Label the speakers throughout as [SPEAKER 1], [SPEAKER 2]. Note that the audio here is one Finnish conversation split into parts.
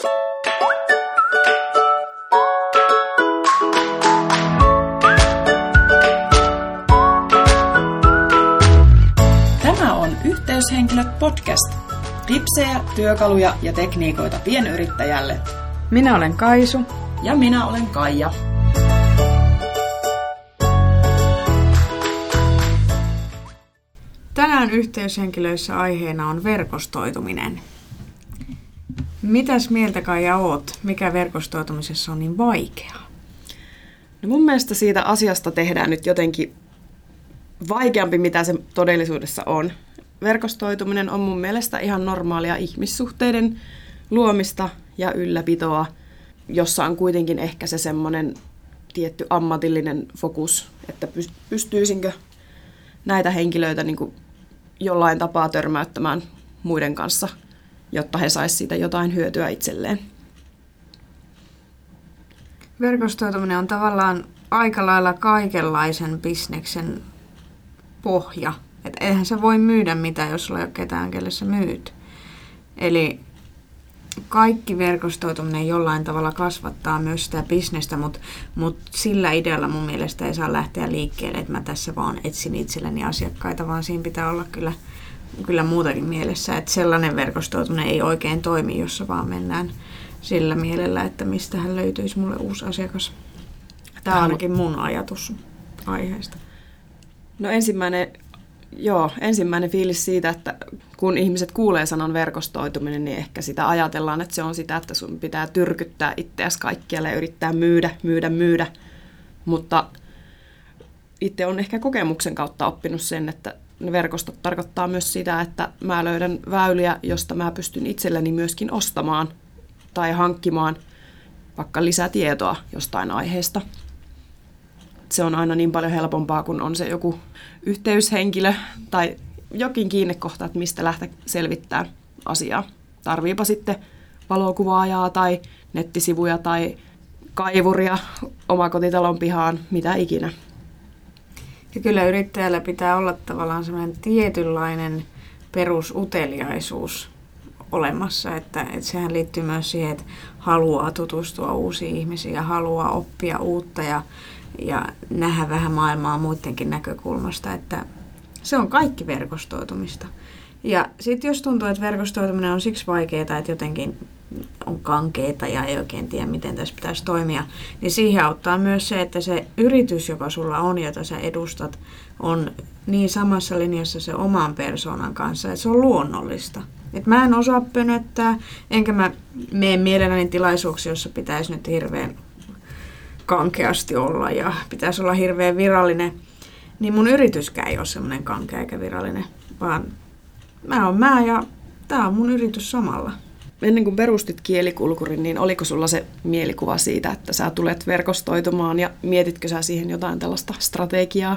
[SPEAKER 1] Tämä on Yhteyshenkilöt podcast. Tipsejä, työkaluja ja tekniikoita pienyrittäjälle.
[SPEAKER 2] Minä olen Kaisu.
[SPEAKER 1] Ja minä olen Kaija.
[SPEAKER 2] Tänään Yhteyshenkilöissä aiheena on verkostoituminen. Mitäs mieltä Kaija oot? Mikä verkostoitumisessa on niin vaikeaa?
[SPEAKER 1] No mun mielestä siitä asiasta tehdään nyt jotenkin vaikeampi, mitä se todellisuudessa on. Verkostoituminen on mun mielestä ihan normaalia ihmissuhteiden luomista ja ylläpitoa, jossa on kuitenkin ehkä se semmoinen tietty ammatillinen fokus, että pystyisinkö näitä henkilöitä niin kuin jollain tapaa törmäyttämään muiden kanssa, jotta he saisivat siitä jotain hyötyä itselleen.
[SPEAKER 2] Verkostoituminen on tavallaan aika lailla kaikenlaisen bisneksen pohja. Et eihän sä voi myydä mitään, jos sulla ei ole ketään, kelle sä myyt. Eli kaikki verkostoituminen jollain tavalla kasvattaa myös sitä bisnestä, mutta sillä idealla mun mielestä ei saa lähteä liikkeelle, että mä tässä vaan etsin itselleni asiakkaita, vaan siinä pitää olla kyllä muutakin mielessä, että sellainen verkostoituminen ei oikein toimi, jossa vaan mennään sillä mielellä, että mistähän löytyisi mulle uusi asiakas. Tämä on ainakin mun ajatus aiheesta.
[SPEAKER 1] No ensimmäinen fiilis siitä, että kun ihmiset kuulee sanan verkostoituminen, niin ehkä sitä ajatellaan, että se on sitä, että sun pitää tyrkyttää itseäsi kaikkialle ja yrittää myydä. Mutta itse on ehkä kokemuksen kautta oppinut sen, että ne verkostot tarkoittaa myös sitä, että mä löydän väyliä, josta mä pystyn itselleni myöskin ostamaan tai hankkimaan vaikka lisätietoa jostain aiheesta. Se on aina niin paljon helpompaa, kun on se joku yhteyshenkilö tai jokin kiinnekohta, että mistä lähteä selvittämään asiaa. Tarviipa sitten valokuvaajaa tai nettisivuja tai kaivuria omakotitalon pihaan, mitä ikinä.
[SPEAKER 2] Ja kyllä yrittäjällä pitää olla tavallaan sellainen tietynlainen perusuteliaisuus olemassa, että sehän liittyy myös siihen, että haluaa tutustua uusiin ihmisiin ja haluaa oppia uutta ja nähdä vähän maailmaa muidenkin näkökulmasta, että se on kaikki verkostoitumista. Ja sitten jos tuntuu, että verkostoituminen on siksi vaikeaa, että jotenkin on kankeeta ja ei oikein tiedä, miten tässä pitäisi toimia, niin siihen auttaa myös se, että se yritys, joka sulla on, jota sä edustat, on niin samassa linjassa se oman persoonan kanssa, että se on luonnollista. Et mä en osaa pönöttää, enkä mä mene mielelläni tilaisuuksia, jossa pitäisi nyt hirveän kankeasti olla ja pitäisi olla hirveän virallinen, niin mun yrityskään ei ole semmoinen kankea eikä virallinen, vaan mä oon mä ja tää on mun yritys samalla.
[SPEAKER 1] Ennen kuin perustit Kielikulkurin, niin oliko sulla se mielikuva siitä, että sä tulet verkostoitumaan ja mietitkö sä siihen jotain tällaista strategiaa?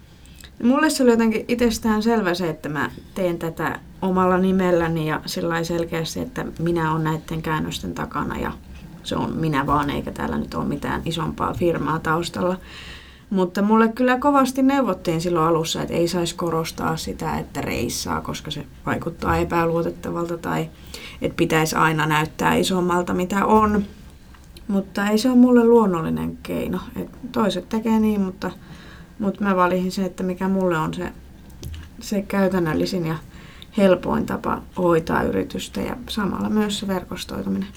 [SPEAKER 2] Mulle se oli jotenkin itsestään selvä se, että mä teen tätä omalla nimelläni ja sillä selkeästi, että minä olen näiden käännösten takana ja se on minä vaan, eikä täällä nyt ole mitään isompaa firmaa taustalla. Mutta mulle kyllä kovasti neuvottiin silloin alussa, että ei saisi korostaa sitä, että reissaa, koska se vaikuttaa epäluotettavalta tai että pitäisi aina näyttää isommalta, mitä on. Mutta ei se ole mulle luonnollinen keino. Et toiset tekee niin, mutta mä valitsin se, että mikä mulle on se käytännöllisin ja helpoin tapa hoitaa yritystä ja samalla myös se verkostoituminen.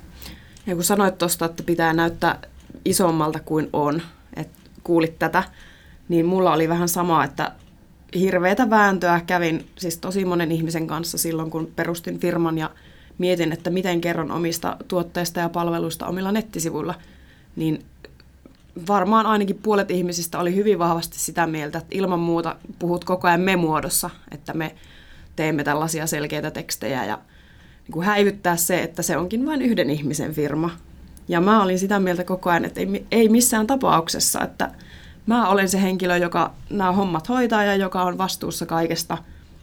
[SPEAKER 1] Ja kun sanoit tuosta, että pitää näyttää isommalta kuin on, että kuulit tätä, niin mulla oli vähän sama, että hirveätä vääntöä kävin siis tosi monen ihmisen kanssa silloin, kun perustin firman ja mietin, että miten kerron omista tuotteista ja palveluista omilla nettisivuilla, niin varmaan ainakin puolet ihmisistä oli hyvin vahvasti sitä mieltä, että ilman muuta puhut koko ajan me-muodossa, että me teemme tällaisia selkeitä tekstejä ja niin kuin häivyttää se, että se onkin vain yhden ihmisen firma. Ja mä olin sitä mieltä koko ajan, että ei missään tapauksessa, että mä olen se henkilö, joka nämä hommat hoitaa ja joka on vastuussa kaikesta.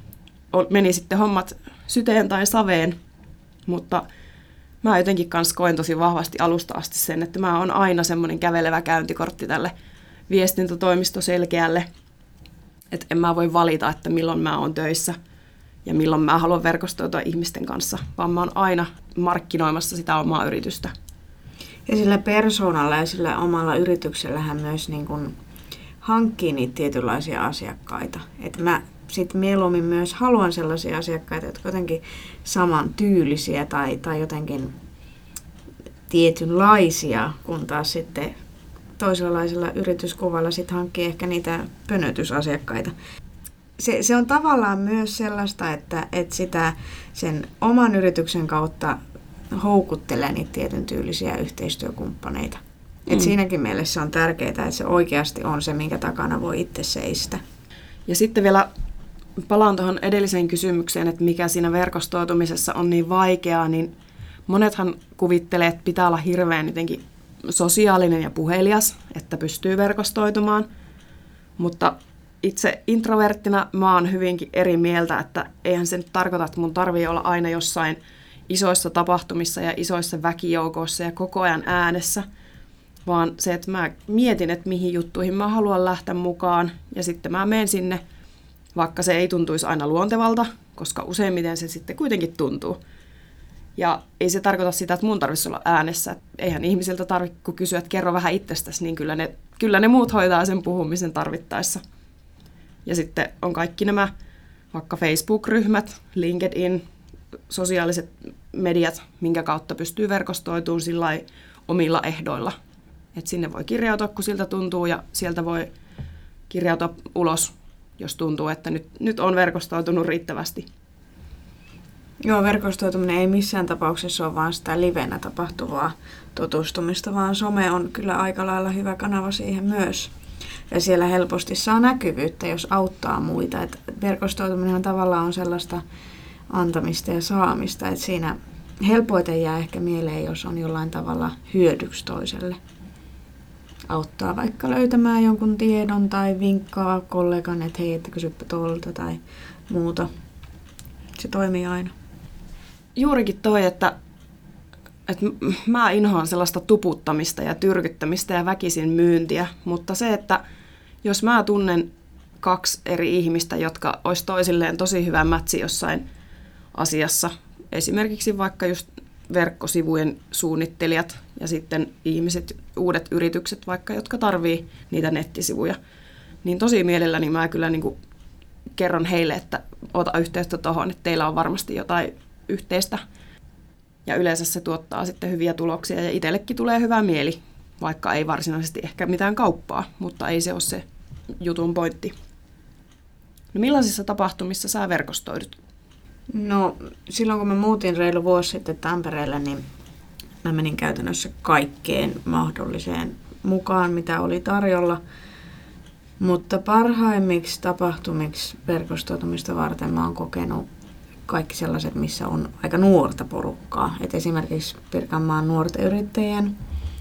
[SPEAKER 1] Meni sitten hommat syteen tai saveen, mutta mä jotenkin kanssa koen tosi vahvasti alusta asti sen, että mä oon aina semmoinen kävelevä käyntikortti tälle viestintätoimisto selkeälle, että en mä voi valita, että milloin mä oon töissä. ja milloin mä haluan verkostoitua ihmisten kanssa, vaan mä oon aina markkinoimassa sitä omaa yritystä.
[SPEAKER 2] Ja sillä persoonalla ja sillä omalla yrityksellähän myös niin kuin hankkii niitä tietynlaisia asiakkaita. Että mä sitten mieluummin myös haluan sellaisia asiakkaita, jotka jotenkin samantyylisiä tai jotenkin tietynlaisia, kun taas sitten toisenlaisella yrityskuvalla sitten hankkii ehkä niitä pönötysasiakkaita. Se on tavallaan myös sellaista, että sitä sen oman yrityksen kautta houkuttelee niitä tietyn tyylisiä yhteistyökumppaneita. Et siinäkin mielessä on tärkeää, että se oikeasti on se, minkä takana voi itse seistä.
[SPEAKER 1] Ja sitten vielä palaan tuohon edelliseen kysymykseen, että mikä siinä verkostoitumisessa on niin vaikeaa, niin monethan kuvittelee, että pitää olla hirveän jotenkin sosiaalinen ja puhelias, että pystyy verkostoitumaan, mutta itse introverttina mä oon hyvinkin eri mieltä, että eihän se nyt tarkoita, että mun tarvii olla aina jossain isoissa tapahtumissa ja isoissa väkijoukoissa ja koko ajan äänessä, vaan se, että mä mietin, että mihin juttuihin mä haluan lähteä mukaan ja sitten mä menen sinne, vaikka se ei tuntuisi aina luontevalta, koska useimmiten se sitten kuitenkin tuntuu. Ja ei se tarkoita sitä, että mun tarvitsisi olla äänessä. Eihän ihmisiltä tarvitse, kun kysyä, että kerro vähän itsestäsi, niin kyllä ne muut hoitaa sen puhumisen tarvittaessa. Ja sitten on kaikki nämä vaikka Facebook-ryhmät, LinkedIn, sosiaaliset mediat, minkä kautta pystyy verkostoitumaan sillai omilla ehdoilla. Et sinne voi kirjautua, kun siltä tuntuu, ja sieltä voi kirjautua ulos, jos tuntuu, että nyt on verkostoitunut riittävästi.
[SPEAKER 2] Joo, verkostoituminen ei missään tapauksessa ole vain sitä livenä tapahtuvaa tutustumista, vaan some on kyllä aika lailla hyvä kanava siihen myös. Ja siellä helposti saa näkyvyyttä, jos auttaa muita. Et verkostoituminen tavallaan on sellaista antamista ja saamista, että siinä helpoiten jää ehkä mieleen, jos on jollain tavalla hyödyksi toiselle. Auttaa vaikka löytämään jonkun tiedon tai vinkkaa kollegan, että hei, että kysyppä tuolta tai muuta. Se toimii aina.
[SPEAKER 1] Juurikin toi, että mä inhoan sellaista tuputtamista ja tyrkyttämistä ja väkisin myyntiä, mutta se, että jos mä tunnen 2 eri ihmistä, jotka olisi toisilleen tosi hyvä mätsi jossain asiassa, esimerkiksi vaikka just verkkosivujen suunnittelijat ja sitten ihmiset, uudet yritykset vaikka, jotka tarvii niitä nettisivuja, niin tosi mielelläni mä kyllä niin kuin kerron heille, että ota yhteyttä tuohon, että teillä on varmasti jotain yhteistä. Ja yleensä se tuottaa sitten hyviä tuloksia ja itsellekin tulee hyvä mieli, vaikka ei varsinaisesti ehkä mitään kauppaa, mutta ei se ole se jutun pointti. No millaisissa tapahtumissa sä verkostoidut?
[SPEAKER 2] No silloin kun mä muutin reilu vuosi sitten Tampereelle, niin mä menin käytännössä kaikkeen mahdolliseen mukaan, mitä oli tarjolla. Mutta parhaimmiksi tapahtumiksi verkostoitumista varten mä oon kokenut kaikki sellaiset, missä on aika nuorta porukkaa. Et esimerkiksi Pirkanmaan nuorten yrittäjien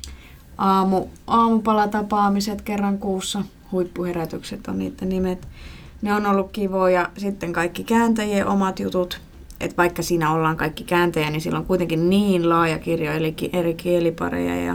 [SPEAKER 2] aamupalatapaamiset kerran kuussa, huippuherätykset on niiden nimet. Ne on ollut kivoja. Sitten kaikki kääntäjien omat jutut. Et vaikka siinä ollaan kaikki kääntäjä, niin sillä on kuitenkin niin laaja kirjo, eli eri kielipareja ja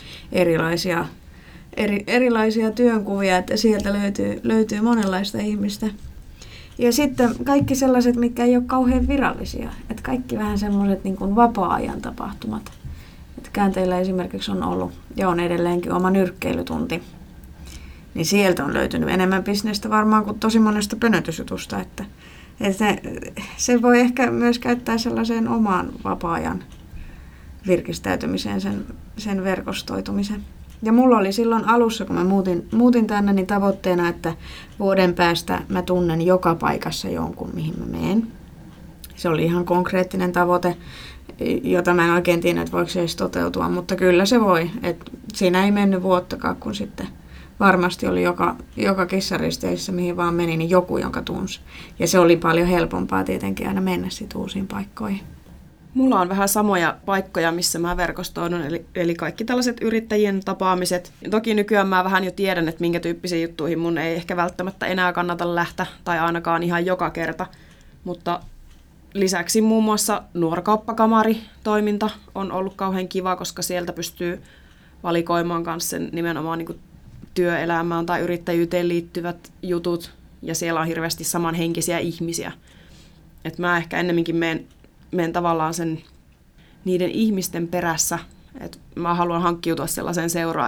[SPEAKER 2] erilaisia työnkuvia, että sieltä löytyy monenlaista ihmistä. Ja sitten kaikki sellaiset, mitkä ei ole kauhean virallisia. Että kaikki vähän semmoiset niin kuin vapaa-ajan tapahtumat. Että käänteillä esimerkiksi on ollut ja on edelleenkin oma nyrkkeilytunti. Niin sieltä on löytynyt enemmän bisnestä varmaan kuin tosi monesta pönötysjutusta. Että se voi ehkä myös käyttää sellaiseen omaan vapaa-ajan virkistäytymiseen, sen verkostoitumisen. Ja mulla oli silloin alussa, kun mä muutin tänne, niin tavoitteena, että vuoden päästä mä tunnen joka paikassa jonkun, mihin mä menen. Se oli ihan konkreettinen tavoite, jota mä en oikein tiedä, että voiko se edes toteutua, mutta kyllä se voi. Et siinä ei mennyt vuottakaan, kun sitten varmasti oli joka kissaristeissä, mihin vaan meni, niin joku, jonka tunsi. Ja se oli paljon helpompaa tietenkin aina mennä sit uusiin paikkoihin.
[SPEAKER 1] Mulla on vähän samoja paikkoja, missä mä verkostoidun, eli kaikki tällaiset yrittäjien tapaamiset. Toki nykyään mä vähän jo tiedän, että minkä tyyppisiin juttuihin mun ei ehkä välttämättä enää kannata lähteä, tai ainakaan ihan joka kerta. Mutta lisäksi muun muassa nuorkauppakamari-toiminta on ollut kauhean kiva, koska sieltä pystyy valikoimaan kanssa sen nimenomaan niin kuin työelämään tai yrittäjyyteen liittyvät jutut, ja siellä on hirveästi samanhenkisiä ihmisiä. Että mä ehkä ennemminkin menen tavallaan niiden ihmisten perässä, että mä haluan hankkiutua sellaiseen seuraan,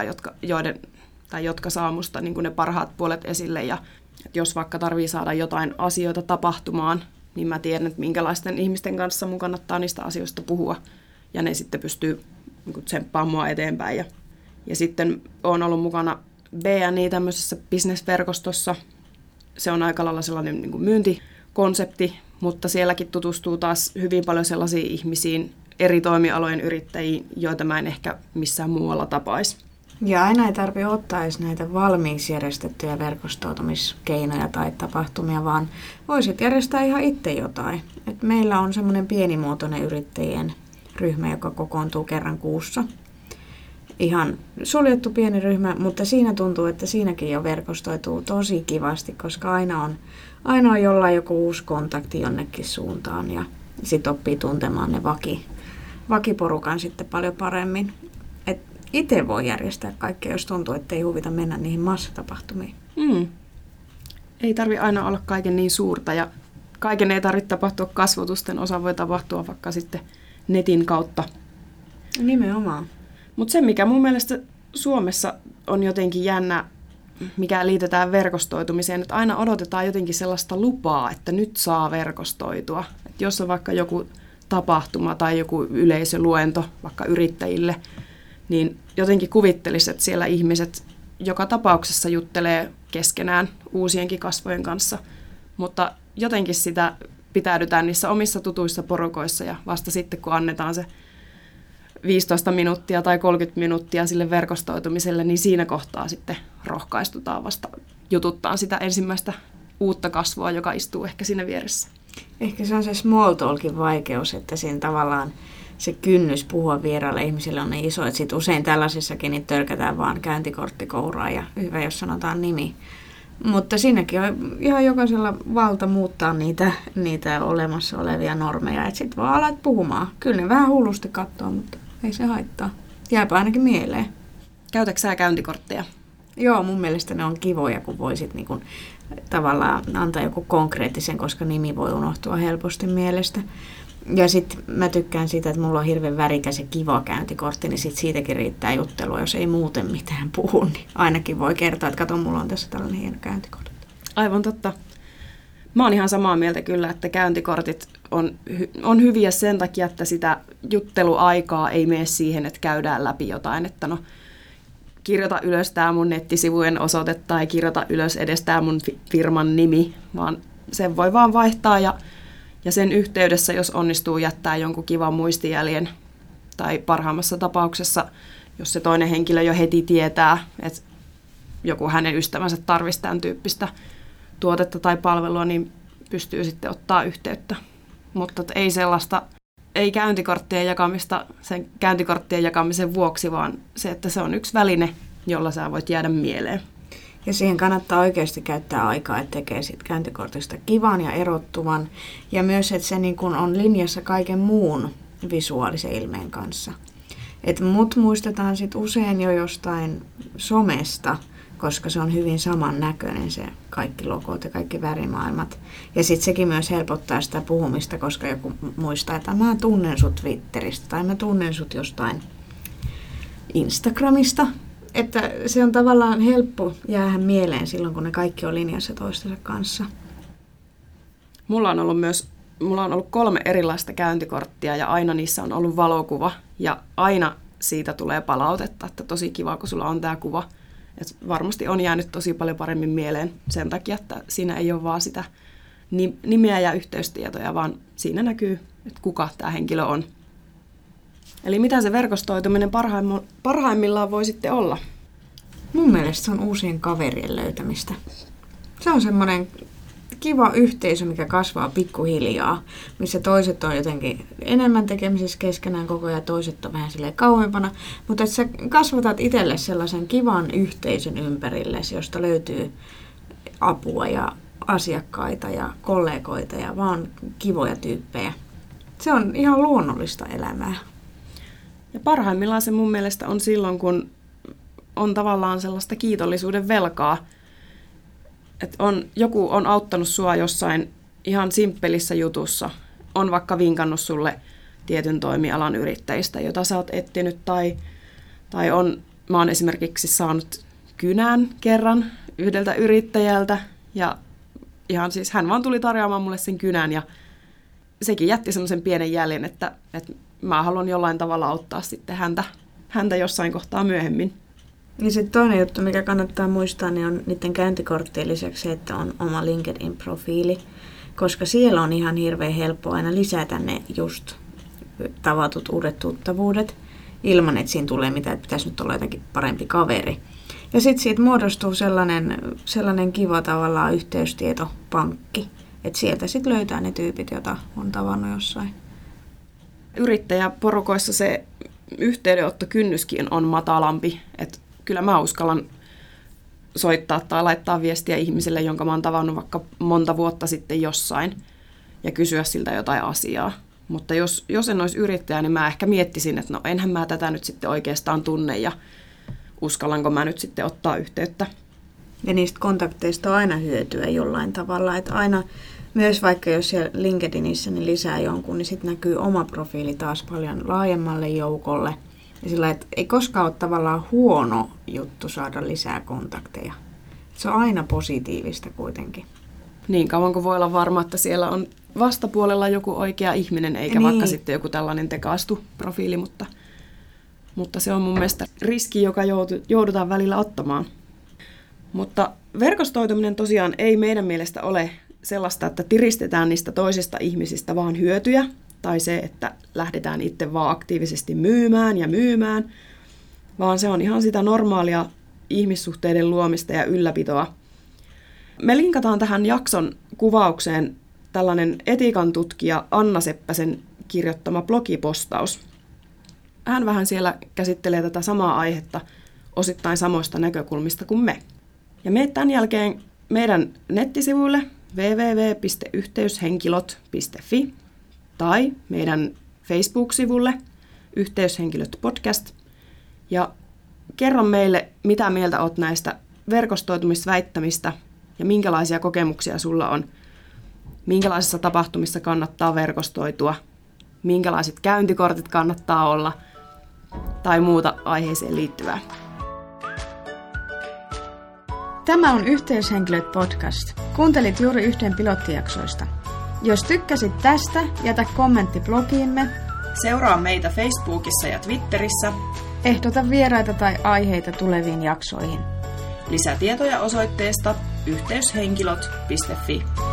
[SPEAKER 1] jotka saa musta niin kuin ne parhaat puolet esille. Ja että jos vaikka tarvii saada jotain asioita tapahtumaan, niin mä tiedän, että minkälaisten ihmisten kanssa mun kannattaa niistä asioista puhua. Ja ne sitten pystyy niin kuin tsemppaamaan mua eteenpäin. Ja sitten olen ollut mukana BNI tämmöisessä business-verkostossa. Se on aika lailla sellainen niin kuin myyntikonsepti, mutta sielläkin tutustuu taas hyvin paljon sellaisiin ihmisiin, eri toimialojen yrittäjiin, joita mä en ehkä missään muualla tapaisi.
[SPEAKER 2] Ja aina ei tarvitse ottaa edes näitä valmiiksi järjestettyjä verkostoitumiskeinoja tai tapahtumia, vaan voisit järjestää ihan itse jotain. Et meillä on semmoinen pienimuotoinen yrittäjien ryhmä, joka kokoontuu kerran kuussa. Ihan suljettu pieni ryhmä, mutta siinä tuntuu, että siinäkin jo verkostoituu tosi kivasti, koska aina on jollain joku uusi kontakti jonnekin suuntaan ja sitten oppii tuntemaan ne vakiporukan sitten paljon paremmin. Itse voi järjestää kaikkea, jos tuntuu, että ei huvita mennä niihin massatapahtumiin.
[SPEAKER 1] Ei tarvitse aina olla kaiken niin suurta ja kaiken ei tarvitse tapahtua kasvotusten. Osa voi tapahtua vaikka sitten netin kautta.
[SPEAKER 2] Nimenomaan.
[SPEAKER 1] Mutta se, mikä mun mielestä Suomessa on jotenkin jännä, mikä liitetään verkostoitumiseen, että aina odotetaan jotenkin sellaista lupaa, että nyt saa verkostoitua. Et jos on vaikka joku tapahtuma tai joku yleisöluento vaikka yrittäjille, niin jotenkin kuvittelisi, että siellä ihmiset joka tapauksessa juttelee keskenään uusienkin kasvojen kanssa, mutta jotenkin sitä pitäydytään niissä omissa tutuissa porukoissa ja vasta sitten, kun annetaan se 15 minuuttia tai 30 minuuttia sille verkostoitumiselle, niin siinä kohtaa sitten rohkaistutaan vasta jututtaan sitä ensimmäistä uutta kasvoa, joka istuu ehkä siinä vieressä.
[SPEAKER 2] Ehkä se on se small talkin vaikeus, että siinä tavallaan se kynnys puhua vieraille ihmisille on niin iso, että sit usein tällaisissakin niin törkätään vaan käyntikorttikouraa ja hyvä, jos sanotaan nimi. Mutta siinäkin on ihan jokaisella valta muuttaa niitä olemassa olevia normeja, että sitten vaan alat puhumaan. Kyllä ne vähän hullusti katsoo, mutta ei se haittaa. Jääpä ainakin mieleen.
[SPEAKER 1] Käytätkö sä käyntikortteja?
[SPEAKER 2] Joo, mun mielestä ne on kivoja, kun voisit niinku tavallaan antaa joku konkreettisen, koska nimi voi unohtua helposti mielestä. Ja sitten mä tykkään siitä, että mulla on hirveän värikäs ja kiva käyntikortti, niin siitäkin riittää juttelua. Jos ei muuten mitään puhu, niin ainakin voi kertoa, että kato, mulla on tässä tällainen hieno käyntikortti.
[SPEAKER 1] Aivan totta. Mä oon ihan samaa mieltä kyllä, että käyntikortit on hyviä sen takia, että sitä jutteluaikaa ei mene siihen, että käydään läpi jotain, että no kirjoita ylös tää mun nettisivujen osoite tai kirjoita ylös edes tää mun firman nimi, vaan sen voi vaan vaihtaa ja sen yhteydessä, jos onnistuu jättää jonkun kivan muistijäljen tai parhaimmassa tapauksessa, jos se toinen henkilö jo heti tietää, että joku hänen ystävänsä tarvitsisi tämän tyyppistä tuotetta tai palvelua, niin pystyy sitten ottaa yhteyttä. Mutta ei käyntikorttien jakamista sen käyntikorttien jakamisen vuoksi, vaan se, että se on yksi väline, jolla sä voit jäädä mieleen.
[SPEAKER 2] Ja siihen kannattaa oikeasti käyttää aikaa, että tekee siitä käyntikortista kivan ja erottuvan. Ja myös, että se niin kuin on linjassa kaiken muun visuaalisen ilmeen kanssa. Et mut muistetaan sit usein jo jostain somesta, koska se on hyvin samannäköinen se kaikki logot ja kaikki värimaailmat. Ja sitten sekin myös helpottaa sitä puhumista, koska joku muistaa, että mä tunnen sut Twitteristä tai mä tunnen sut jostain Instagramista. Että se on tavallaan helppo jäädä mieleen silloin, kun ne kaikki on linjassa toistensa kanssa.
[SPEAKER 1] Mulla on ollut 3 erilaista käyntikorttia ja aina niissä on ollut valokuva. Ja aina siitä tulee palautetta, että tosi kiva, kun sulla on tämä kuva. Et varmasti on jäänyt tosi paljon paremmin mieleen sen takia, että siinä ei ole vaan sitä nimeä ja yhteystietoja, vaan siinä näkyy, että kuka tämä henkilö on. Eli mitä se verkostoituminen parhaimmillaan voi sitten olla?
[SPEAKER 2] Mun mielestä se on uusien kaverien löytämistä. Se on semmoinen kiva yhteisö, mikä kasvaa pikkuhiljaa, missä toiset on jotenkin enemmän tekemisissä keskenään koko ajan, toiset on vähän silleen kauempana. Mutta että sä kasvatat itselle sellaisen kivan yhteisön ympärillesi, josta löytyy apua ja asiakkaita ja kollegoita ja vaan kivoja tyyppejä. Se on ihan luonnollista elämää.
[SPEAKER 1] Ja parhaimmillaan se mun mielestä on silloin, kun on tavallaan sellaista kiitollisuuden velkaa. Että joku on auttanut sua jossain ihan simppelissä jutussa on vaikka vinkannut sulle tietyn toimialan yrittäjistä, jota sä oot etsinyt, tai mä oon esimerkiksi saanut kynän kerran yhdeltä yrittäjältä, ja ihan siis hän vaan tuli tarjoamaan mulle sen kynän, ja sekin jätti semmoisen pienen jäljen, että mä haluan jollain tavalla auttaa sitten häntä jossain kohtaa myöhemmin.
[SPEAKER 2] Ja sitten toinen juttu, mikä kannattaa muistaa, niin on niiden käyntikorttien lisäksi se, että on oma LinkedIn-profiili, koska siellä on ihan hirveän helppo aina lisätä ne just tavatut uudet tuttavuudet, ilman että siinä tulee mitään, että pitäisi nyt olla jotenkin parempi kaveri. Ja sitten siitä muodostuu sellainen kiva tavallaan yhteystietopankki, että sieltä sitten löytää ne tyypit, joita on tavannut jossain.
[SPEAKER 1] Yrittäjäporukoissa se yhteydenottokynnyskin on matalampi, että kyllä mä uskallan soittaa tai laittaa viestiä ihmiselle, jonka mä oon tavannut vaikka monta vuotta sitten jossain, ja kysyä siltä jotain asiaa. Mutta jos en olisi yrittäjä, niin mä ehkä miettisin, että no enhän mä tätä nyt sitten oikeastaan tunne, ja uskallanko mä nyt sitten ottaa yhteyttä.
[SPEAKER 2] Ja niistä kontakteista on aina hyötyä jollain tavalla, että aina myös vaikka jos siellä LinkedInissä niin lisää jonkun, niin sitten näkyy oma profiili taas paljon laajemmalle joukolle. Ja sillä että ei koskaan ole tavallaan huono juttu saada lisää kontakteja. Se on aina positiivista kuitenkin.
[SPEAKER 1] Niin kauan kuin voi olla varma, että siellä on vastapuolella joku oikea ihminen, eikä vaikka sitten joku tällainen tekaistu profiili, mutta se on mun mielestä riski, joka joudutaan välillä ottamaan. Mutta verkostoituminen tosiaan ei meidän mielestä ole sellaista, että tiristetään niistä toisista ihmisistä vaan hyötyjä, tai se, että lähdetään itse vaan aktiivisesti myymään, vaan se on ihan sitä normaalia ihmissuhteiden luomista ja ylläpitoa. Me linkataan tähän jakson kuvaukseen tällainen etiikan tutkija Anna Seppäsen kirjoittama blogipostaus. Hän vähän siellä käsittelee tätä samaa aihetta osittain samoista näkökulmista kuin me. Ja mene tämän jälkeen meidän nettisivuille www.yhteyshenkilöt.fi tai meidän Facebook-sivulle Yhteyshenkilöt podcast ja kerro meille, mitä mieltä olet näistä verkostoitumisväittämistä ja minkälaisia kokemuksia sulla on, minkälaisissa tapahtumissa kannattaa verkostoitua, minkälaiset käyntikortit kannattaa olla tai muuta aiheeseen liittyvää.
[SPEAKER 2] Tämä on Yhteyshenkilöt podcast. Kuuntelit juuri yhteen pilottijaksoista. Jos tykkäsit tästä, jätä kommentti blogiimme.
[SPEAKER 1] Seuraa meitä Facebookissa ja Twitterissä.
[SPEAKER 2] Ehdota vieraita tai aiheita tuleviin jaksoihin.
[SPEAKER 1] Lisätietoja osoitteesta yhteyshenkilöt.fi.